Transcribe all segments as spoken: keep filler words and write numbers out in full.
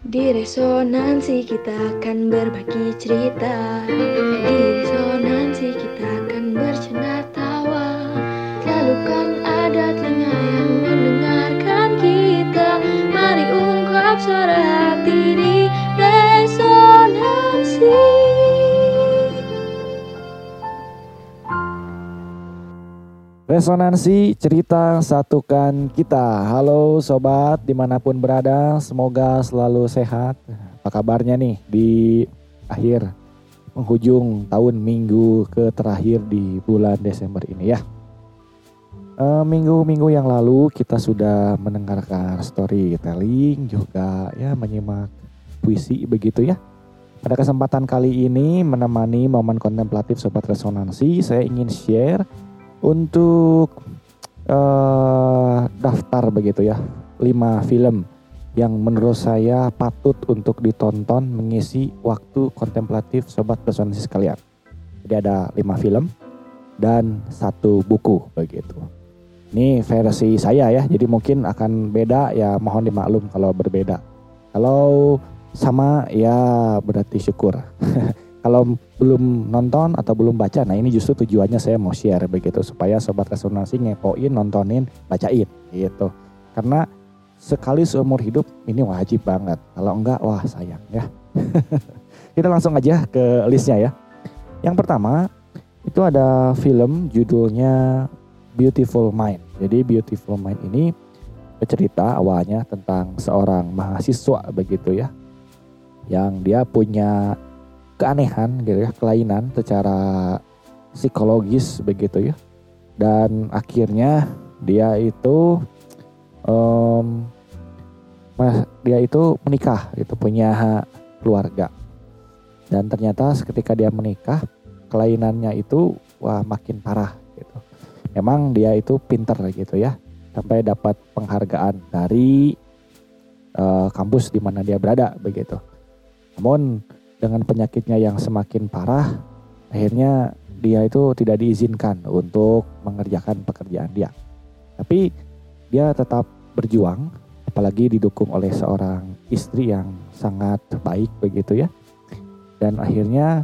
Di resonansi kita akan berbagi cerita. Di resonansi kita akan bercanda tawa. Selalu kan ada telinga yang mendengarkan kita. Mari ungkap suara hati di resonansi. Resonansi cerita satukan kita. Halo sobat dimanapun berada, semoga selalu sehat. Apa kabarnya nih di akhir penghujung tahun minggu ke terakhir di bulan Desember ini ya. E, minggu-minggu yang lalu kita sudah mendengarkan storytelling juga ya, menyimak puisi begitu ya. Pada kesempatan kali ini menemani momen kontemplatif Sobat Resonansi, saya ingin share untuk uh, daftar begitu ya, lima film yang menurut saya patut untuk ditonton mengisi waktu kontemplatif Sobat Resonansi sekalian. Jadi ada lima film dan satu buku begitu. Ini versi saya ya, jadi mungkin akan beda ya, mohon dimaklum kalau berbeda. Kalau sama ya berarti syukur. Kalau belum nonton atau belum baca, nah ini justru tujuannya saya mau share begitu, supaya Sobat Resonansi ngepoin, nontonin, bacain gitu. Karena sekali seumur hidup ini wajib banget, kalau enggak wah sayang ya. Kita langsung aja ke listnya ya. Yang pertama itu ada film judulnya Beautiful Mind. Jadi Beautiful Mind ini bercerita awalnya tentang seorang mahasiswa begitu ya, yang dia punya keanehan gitu ya, kelainan secara psikologis begitu ya, dan akhirnya dia itu um, dia itu menikah gitu, punya keluarga, dan ternyata ketika dia menikah kelainannya itu wah makin parah gitu. Memang dia itu pinter gitu ya, sampai dapat penghargaan dari uh, kampus di mana dia berada begitu. Namun dengan penyakitnya yang semakin parah, akhirnya dia itu tidak diizinkan untuk mengerjakan pekerjaan dia. Tapi dia tetap berjuang, apalagi didukung oleh seorang istri yang sangat baik begitu ya. Dan akhirnya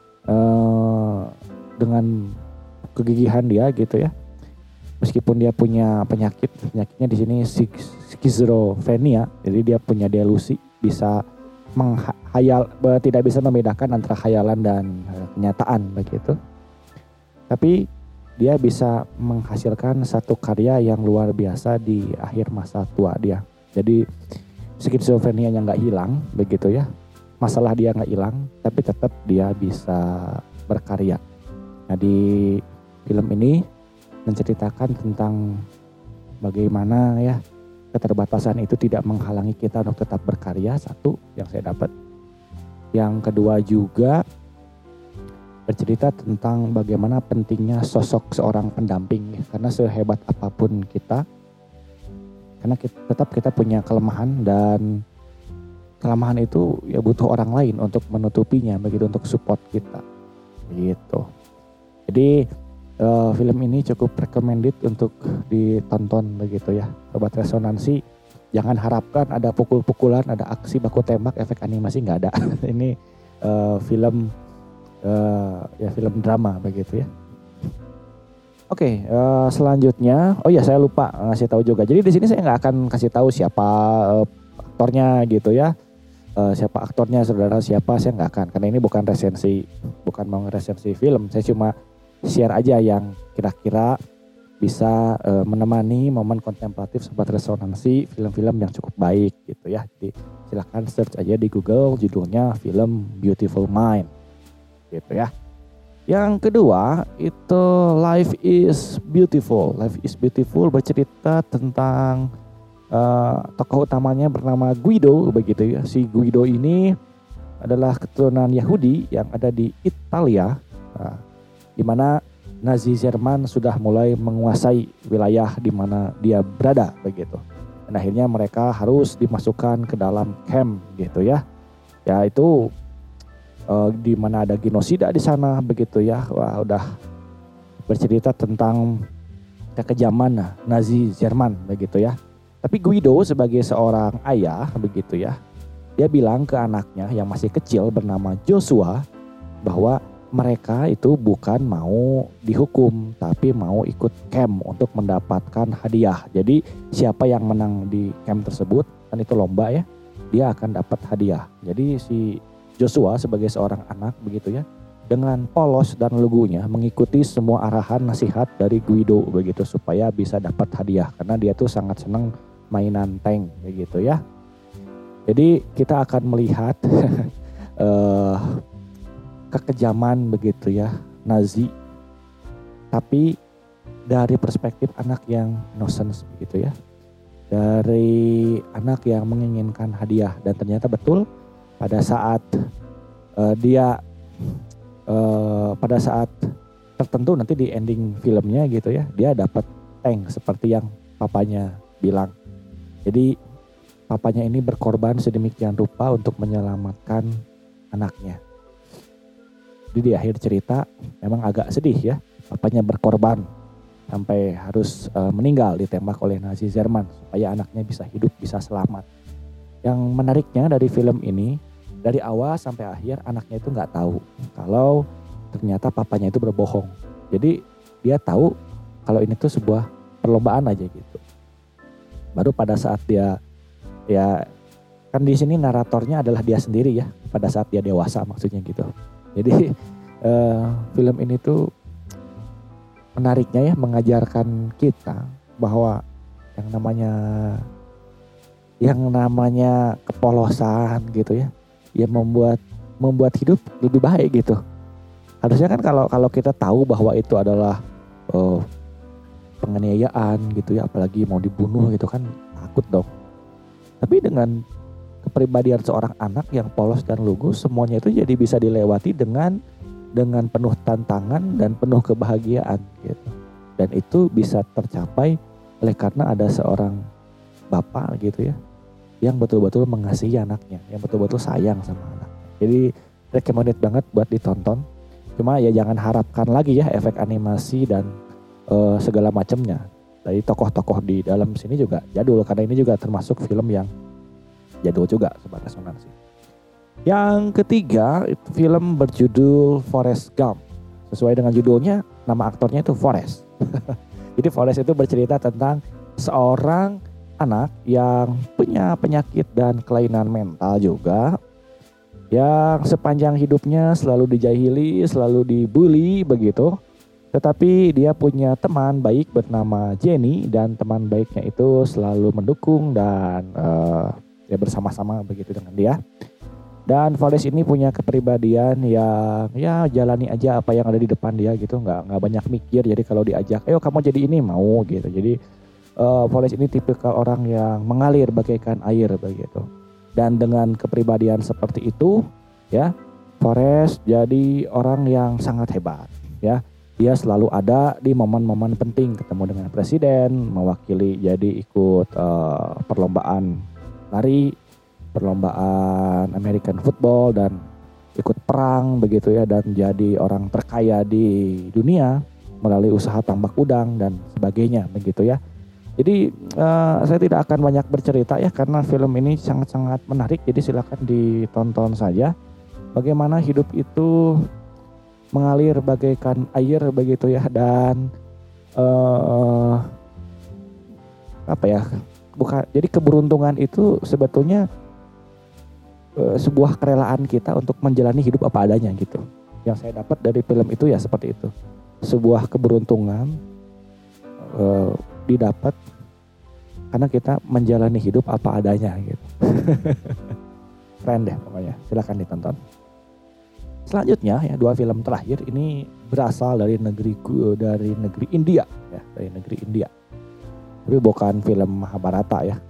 eh, dengan kegigihan dia gitu ya, meskipun dia punya penyakit, penyakitnya di sini skizofrenia, jadi dia punya delusi, bisa menghayal, tidak bisa membedakan antara khayalan dan kenyataan begitu. Tapi dia bisa menghasilkan satu karya yang luar biasa di akhir masa tua dia. Jadi skizofrenianya nggak hilang begitu ya, masalah dia nggak hilang, tapi tetap dia bisa berkarya. Nah di film ini menceritakan tentang bagaimana ya keterbatasan itu tidak menghalangi kita untuk tetap berkarya, satu yang saya dapat. Yang kedua juga bercerita tentang bagaimana pentingnya sosok seorang pendamping, karena sehebat apapun kita, karena kita, tetap kita punya kelemahan, dan kelemahan itu ya butuh orang lain untuk menutupinya begitu, untuk support kita gitu. Jadi Uh, film ini cukup recommended untuk ditonton begitu ya, Sobat Resonansi. Jangan harapkan ada pukul-pukulan, ada aksi baku tembak, efek animasi nggak ada. Ini uh, film uh, ya film drama begitu ya. Oke, okay, uh, selanjutnya, oh ya saya lupa ngasih tahu juga. Jadi di sini saya nggak akan kasih tahu siapa uh, aktornya gitu ya, uh, siapa aktornya, saudara siapa, saya nggak akan, karena ini bukan resensi, bukan mau resensi film. Saya cuma share aja yang kira-kira bisa uh, menemani momen kontemplatif Sobat Resonansi, film-film yang cukup baik gitu ya. Jadi silahkan search aja di Google, judulnya film Beautiful Mind gitu ya. Yang kedua itu Life is Beautiful. Life is Beautiful bercerita tentang uh, tokoh utamanya bernama Guido begitu ya. Si Guido ini adalah keturunan Yahudi yang ada di Italia. Nah, di mana Nazi Jerman sudah mulai menguasai wilayah di mana dia berada begitu. Dan akhirnya mereka harus dimasukkan ke dalam camp gitu ya. Ya itu uh, di mana ada genosida di sana begitu ya. Wah, udah bercerita tentang kekejaman Nazi Jerman begitu ya. Tapi Guido sebagai seorang ayah begitu ya, dia bilang ke anaknya yang masih kecil bernama Joshua bahwa mereka itu bukan mau dihukum tapi mau ikut camp untuk mendapatkan hadiah. Jadi siapa yang menang di camp tersebut, kan itu lomba ya, dia akan dapat hadiah. Jadi si Joshua sebagai seorang anak begitu ya, dengan polos dan lugunya mengikuti semua arahan nasihat dari Guido begitu supaya bisa dapat hadiah karena dia tuh sangat senang mainan tank begitu ya. Jadi kita akan melihat uh, kekejaman begitu ya Nazi, tapi dari perspektif anak yang innocent begitu ya, dari anak yang menginginkan hadiah. Dan ternyata betul pada saat uh, dia Uh, pada saat tertentu nanti di ending filmnya gitu ya, dia dapat tank seperti yang papanya bilang. Jadi papanya ini berkorban sedemikian rupa untuk menyelamatkan anaknya. Jadi di akhir cerita memang agak sedih ya, papanya berkorban sampai harus uh, meninggal ditembak oleh Nazi Jerman supaya anaknya bisa hidup, bisa selamat. Yang menariknya dari film ini, dari awal sampai akhir anaknya itu nggak tahu kalau ternyata papanya itu berbohong. Jadi dia tahu kalau ini tuh sebuah perlombaan aja gitu. Baru pada saat dia, ya kan di sini naratornya adalah dia sendiri ya, pada saat dia dewasa maksudnya gitu. Jadi eh, film ini tuh menariknya ya, mengajarkan kita bahwa yang namanya yang namanya kepolosan gitu ya, ya membuat membuat hidup lebih baik gitu. Harusnya kan kalau kalau kita tahu bahwa itu adalah uh, penganiayaan gitu ya, apalagi mau dibunuh gitu kan, takut dong. Tapi dengan kepribadian seorang anak yang polos dan lugu, semuanya itu jadi bisa dilewati dengan dengan penuh tantangan dan penuh kebahagiaan gitu. Dan itu bisa tercapai oleh karena ada seorang bapak gitu ya, yang betul-betul mengasihi anaknya, yang betul-betul sayang sama anak. Jadi recommended banget buat ditonton. Cuma ya jangan harapkan lagi ya efek animasi dan uh, segala macamnya. Dari tokoh-tokoh di dalam sini juga jadul, karena ini juga termasuk film yang jadul juga sebatas nonton sih. Yang ketiga itu film berjudul Forrest Gump. Sesuai dengan judulnya, nama aktornya itu Forrest. Jadi Forrest itu bercerita tentang seorang anak yang punya penyakit dan kelainan mental juga, yang sepanjang hidupnya selalu dijahili, selalu dibully begitu. Tetapi dia punya teman baik bernama Jenny, dan teman baiknya itu selalu mendukung dan uh, ya bersama-sama begitu dengan dia. Dan Forrest ini punya kepribadian yang ya jalani aja apa yang ada di depan dia gitu, nggak nggak banyak mikir. Jadi kalau diajak, ayo kamu jadi ini, mau gitu. Jadi Uh, Forrest ini tipikal orang yang mengalir bagaikan air begitu. Dan dengan kepribadian seperti itu ya, Forrest jadi orang yang sangat hebat ya. Dia selalu ada di momen-momen penting, ketemu dengan presiden, mewakili jadi ikut uh, perlombaan lari, perlombaan American football, dan ikut perang begitu ya, dan jadi orang terkaya di dunia melalui usaha tambak udang dan sebagainya begitu ya. Jadi uh, saya tidak akan banyak bercerita ya, karena film ini sangat-sangat menarik. Jadi silakan ditonton saja bagaimana hidup itu mengalir bagaikan air begitu ya. Dan uh, apa ya, bukan, jadi keberuntungan itu sebetulnya uh, sebuah kerelaan kita untuk menjalani hidup apa adanya gitu. Yang saya dapat dari film itu ya seperti itu, sebuah keberuntungan uh, didapat karena kita menjalani hidup apa adanya gitu. Keren deh pokoknya, silakan ditonton. Selanjutnya ya, dua film terakhir ini berasal dari negeri dari negeri India ya, dari negeri India. Tapi bukan film Mahabharata ya.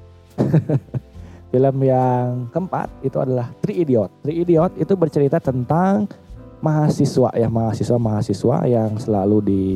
Film yang keempat itu adalah Three Idiot. Three Idiot itu bercerita tentang mahasiswa ya, mahasiswa-mahasiswa yang selalu di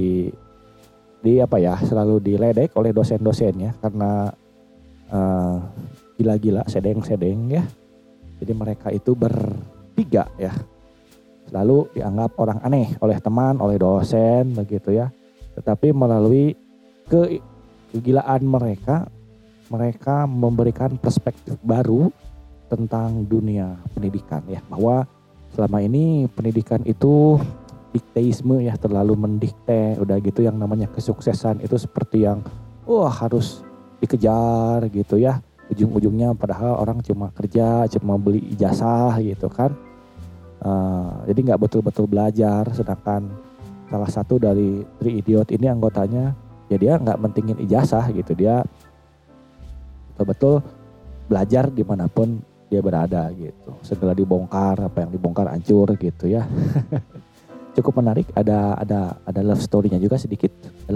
di apa ya, selalu diledek oleh dosen-dosennya karena uh, gila-gila, sedeng-sedeng ya. Jadi mereka itu bertiga ya, selalu dianggap orang aneh oleh teman, oleh dosen begitu ya. Tetapi melalui ke kegilaan mereka, mereka memberikan perspektif baru tentang dunia pendidikan ya, bahwa selama ini pendidikan itu dikteisme ya, terlalu mendikte, udah gitu yang namanya kesuksesan itu seperti yang wah harus dikejar gitu ya, ujung-ujungnya padahal orang cuma kerja, cuma beli ijazah gitu kan. Uh, jadi nggak betul-betul belajar, sedangkan salah satu dari Three Idiot ini anggotanya ya dia nggak mentingin ijazah gitu, dia betul-betul belajar dimanapun dia berada gitu. Segala dibongkar, apa yang dibongkar hancur gitu ya. Cukup menarik, ada ada ada love story-nya juga sedikit.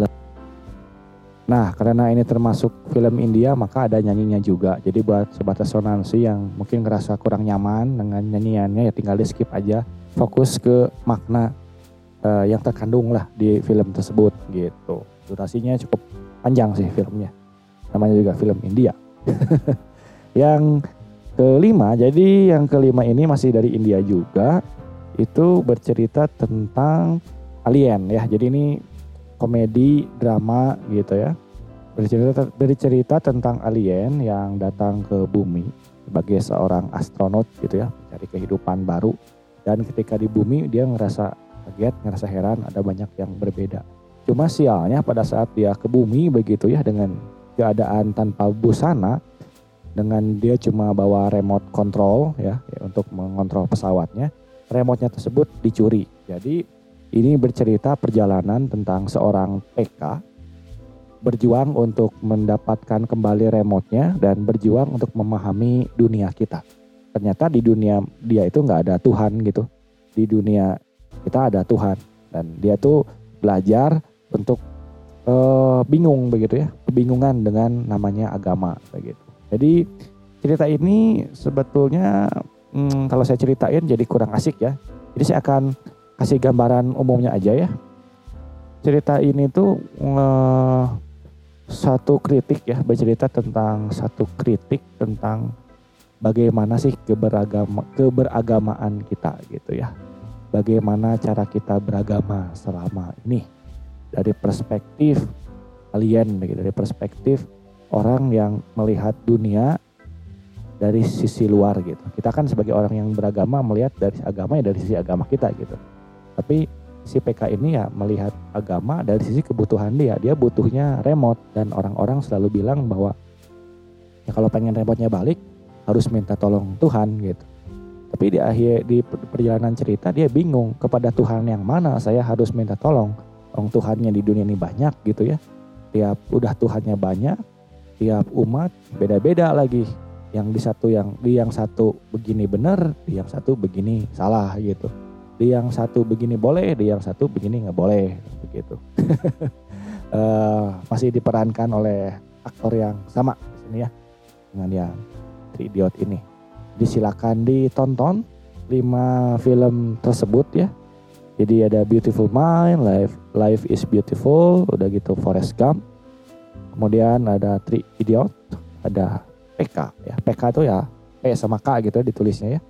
Nah, karena ini termasuk film India, maka ada nyanyinya juga. Jadi buat sobat resonansi yang mungkin ngerasa kurang nyaman dengan nyanyiannya, ya tinggal di skip aja. Fokus ke makna uh, yang terkandung lah di film tersebut gitu. Durasinya cukup panjang sih filmnya. Namanya juga film India. Yang kelima, jadi yang kelima ini masih dari India juga. Itu bercerita tentang alien ya. Jadi ini komedi drama gitu ya. Bercerita bercerita tentang alien yang datang ke bumi sebagai seorang astronot gitu ya, mencari kehidupan baru. Dan ketika di bumi dia ngerasa kaget, ngerasa heran, ada banyak yang berbeda. Cuma sialnya pada saat dia ke bumi begitu ya, dengan keadaan tanpa busana, dengan dia cuma bawa remote control ya, ya untuk mengontrol pesawatnya. Remote-nya tersebut dicuri. Jadi ini bercerita perjalanan tentang seorang P K berjuang untuk mendapatkan kembali remote-nya dan berjuang untuk memahami dunia kita. Ternyata di dunia dia itu nggak ada Tuhan gitu. Di dunia kita ada Tuhan, dan dia tuh belajar untuk uh, bingung begitu ya, kebingungan dengan namanya agama begitu. Jadi cerita ini sebetulnya Hmm, kalau saya ceritain jadi kurang asik ya. Jadi saya akan kasih gambaran umumnya aja ya. Cerita ini tuh eh, satu kritik ya, bercerita tentang satu kritik tentang bagaimana sih keberagama, keberagamaan kita gitu ya. Bagaimana cara kita beragama selama ini dari perspektif alien, dari perspektif orang yang melihat dunia dari sisi luar gitu. Kita kan sebagai orang yang beragama melihat dari agama ya dari sisi agama kita gitu. Tapi si P K ini ya melihat agama dari sisi kebutuhan dia. Dia butuhnya remote, dan orang-orang selalu bilang bahwa ya kalau pengen remote-nya balik harus minta tolong Tuhan gitu. Tapi di akhir di perjalanan cerita dia bingung kepada Tuhan yang mana saya harus minta tolong. Orang Tuhannya di dunia ini banyak gitu ya. Tiap udah Tuhannya banyak, tiap umat beda-beda lagi. Yang di satu yang di yang satu begini benar, di yang satu begini salah gitu. Di yang satu begini boleh, di yang satu begini nggak boleh begitu. uh, masih diperankan oleh aktor yang sama di sini ya dengan yang Three Idiot ini. Disilakan ditonton lima film tersebut ya. Jadi ada Beautiful Mind, Life Life is Beautiful, udah gitu Forrest Gump. Kemudian ada Three Idiot, ada P K ya. P K itu ya P sama K gitu ya ditulisnya ya.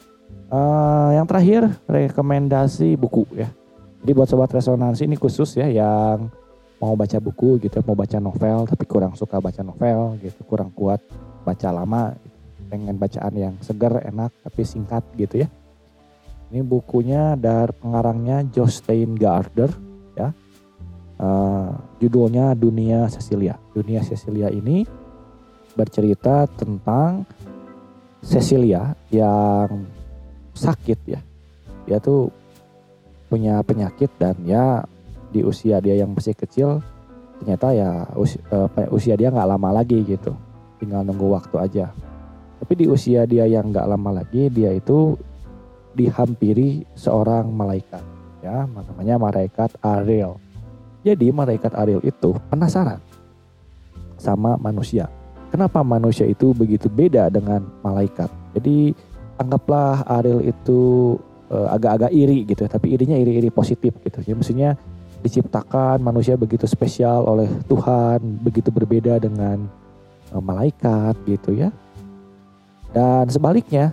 Uh, yang terakhir rekomendasi buku ya. Jadi buat sobat resonansi ini khusus ya yang mau baca buku gitu, mau baca novel tapi kurang suka baca novel gitu, kurang kuat baca lama gitu. Pengen bacaan yang segar, enak tapi singkat gitu ya. Ini bukunya dari pengarangnya Josh Steingartner ya. Uh, judulnya Dunia Cecilia. Dunia Cecilia ini bercerita tentang Cecilia yang sakit ya. Dia tuh punya penyakit dan ya di usia dia yang masih kecil ternyata ya usia, uh, usia dia nggak lama lagi gitu. Tinggal nunggu waktu aja. Tapi di usia dia yang nggak lama lagi dia itu dihampiri seorang malaikat ya, namanya malaikat Ariel. Jadi malaikat Ariel itu penasaran sama manusia. Kenapa manusia itu begitu beda dengan malaikat? Jadi anggaplah Ariel itu uh, agak-agak iri gitu, tapi irinya iri-iri positif gitu. Jadi maksudnya diciptakan manusia begitu spesial oleh Tuhan, begitu berbeda dengan uh, malaikat gitu ya. Dan sebaliknya,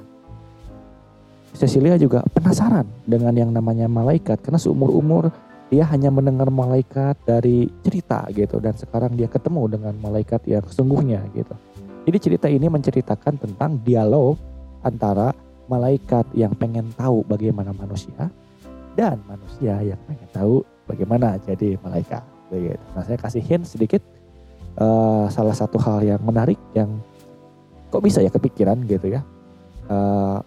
Cecilia juga penasaran dengan yang namanya malaikat karena seumur-umur dia hanya mendengar malaikat dari cerita gitu, dan sekarang dia ketemu dengan malaikat yang sesungguhnya gitu. Jadi cerita ini menceritakan tentang dialog antara malaikat yang pengen tahu bagaimana manusia dan manusia yang pengen tahu bagaimana jadi malaikat. Begitu. Nah, saya kasih hint sedikit, uh, salah satu hal yang menarik yang kok bisa ya kepikiran gitu ya uh,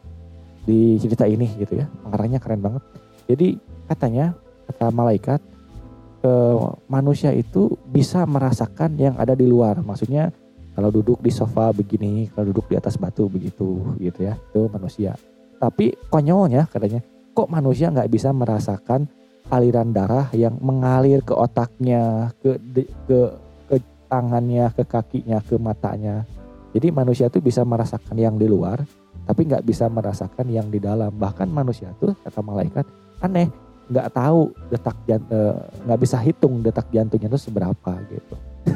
di cerita ini gitu ya, pengarangnya keren banget. Jadi katanya, kata malaikat, uh, manusia itu bisa merasakan yang ada di luar. Maksudnya kalau duduk di sofa begini, kalau duduk di atas batu begitu gitu ya, itu manusia. Tapi konyolnya katanya, kok manusia nggak bisa merasakan aliran darah yang mengalir ke otaknya, ke ke ke tangannya, ke kakinya, ke matanya. Jadi manusia tuh bisa merasakan yang di luar, tapi nggak bisa merasakan yang di dalam. Bahkan manusia tuh, kata malaikat, aneh, nggak tahu detak jantung, nggak bisa hitung detak jantungnya tuh seberapa gitu.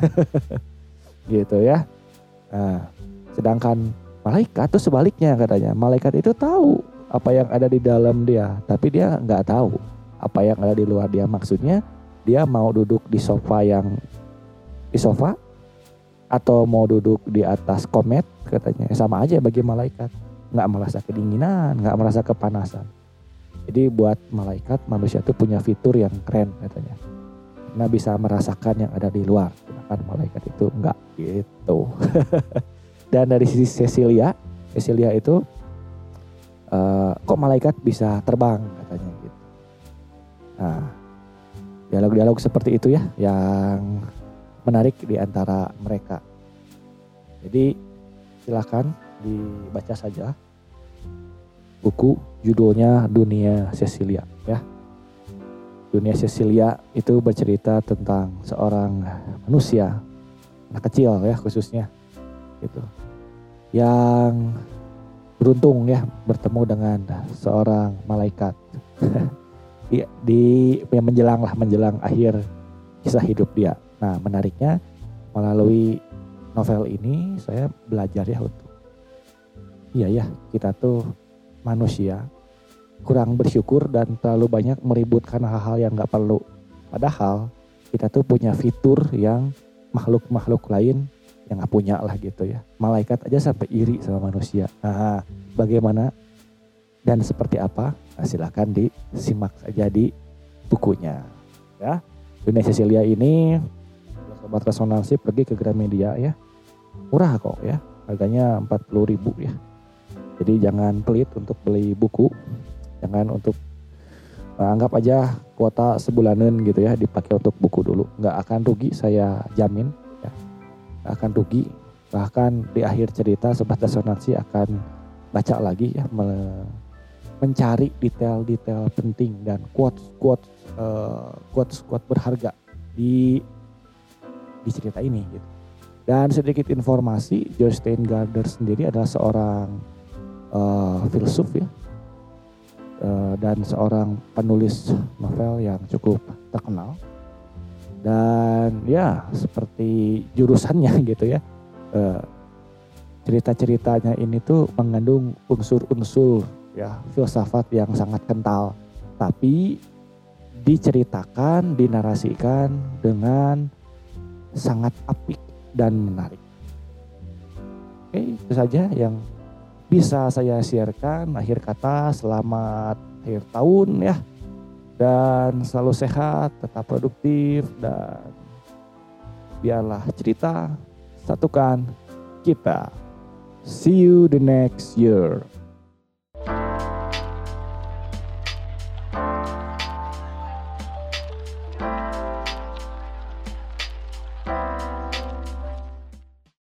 Gitu ya. Nah, sedangkan malaikat tuh sebaliknya katanya. Malaikat itu tahu apa yang ada di dalam dia, tapi dia nggak tahu apa yang ada di luar dia. Maksudnya dia mau duduk di sofa yang di sofa atau mau duduk di atas komet katanya, sama aja bagi malaikat. Nggak merasa kedinginan, nggak merasa kepanasan. Jadi buat malaikat, manusia tuh punya fitur yang keren katanya. Nah, bisa merasakan yang ada di luar. Sedangkan malaikat itu enggak gitu. Dan dari sisi Cecilia, Cecilia itu uh, kok malaikat bisa terbang katanya gitu. Nah, dialog-dialog seperti itu ya yang menarik di antara mereka. Jadi silakan dibaca saja buku judulnya Dunia Cecilia ya. Dunia Cecilia itu bercerita tentang seorang manusia, anak kecil ya khususnya gitu, yang beruntung ya bertemu dengan seorang malaikat di, di yang menjelang lah menjelang akhir kisah hidup dia. Nah, menariknya melalui novel ini saya belajar ya untuk iya ya, kita tuh manusia kurang bersyukur dan terlalu banyak meributkan hal-hal yang gak perlu. Padahal kita tuh punya fitur yang makhluk-makhluk lain yang gak punya lah gitu ya. Malaikat aja sampai iri sama manusia. Nah, bagaimana dan seperti apa? Nah, silakan disimak saja di bukunya. Ya, Dunia Cecilia ini sobat resonansi pergi ke Gramedia ya. Murah kok ya, harganya empat puluh ribu ya. Jadi jangan pelit untuk beli buku. Jangan untuk uh, anggap aja kuota sebulanan gitu ya dipakai untuk buku dulu. Nggak akan rugi, saya jamin ya. Nggak akan rugi. Bahkan di akhir cerita sobat resonansi akan baca lagi ya, me- mencari detail-detail penting dan quotes-quotes uh, quotes-quotes berharga di di cerita ini gitu. Dan sedikit informasi, George Steingartner sendiri adalah seorang uh, filsuf ya, uh, dan seorang penulis novel yang cukup terkenal. Dan ya seperti jurusannya gitu ya, uh, cerita-ceritanya ini tuh mengandung unsur-unsur ya filsafat yang sangat kental, tapi diceritakan, dinarasikan dengan sangat apik dan menarik. Oke, itu saja yang bisa saya sharekan. Akhir kata, selamat akhir tahun ya. Dan selalu sehat, tetap produktif, dan biarlah cerita satukan kita. See you the next year.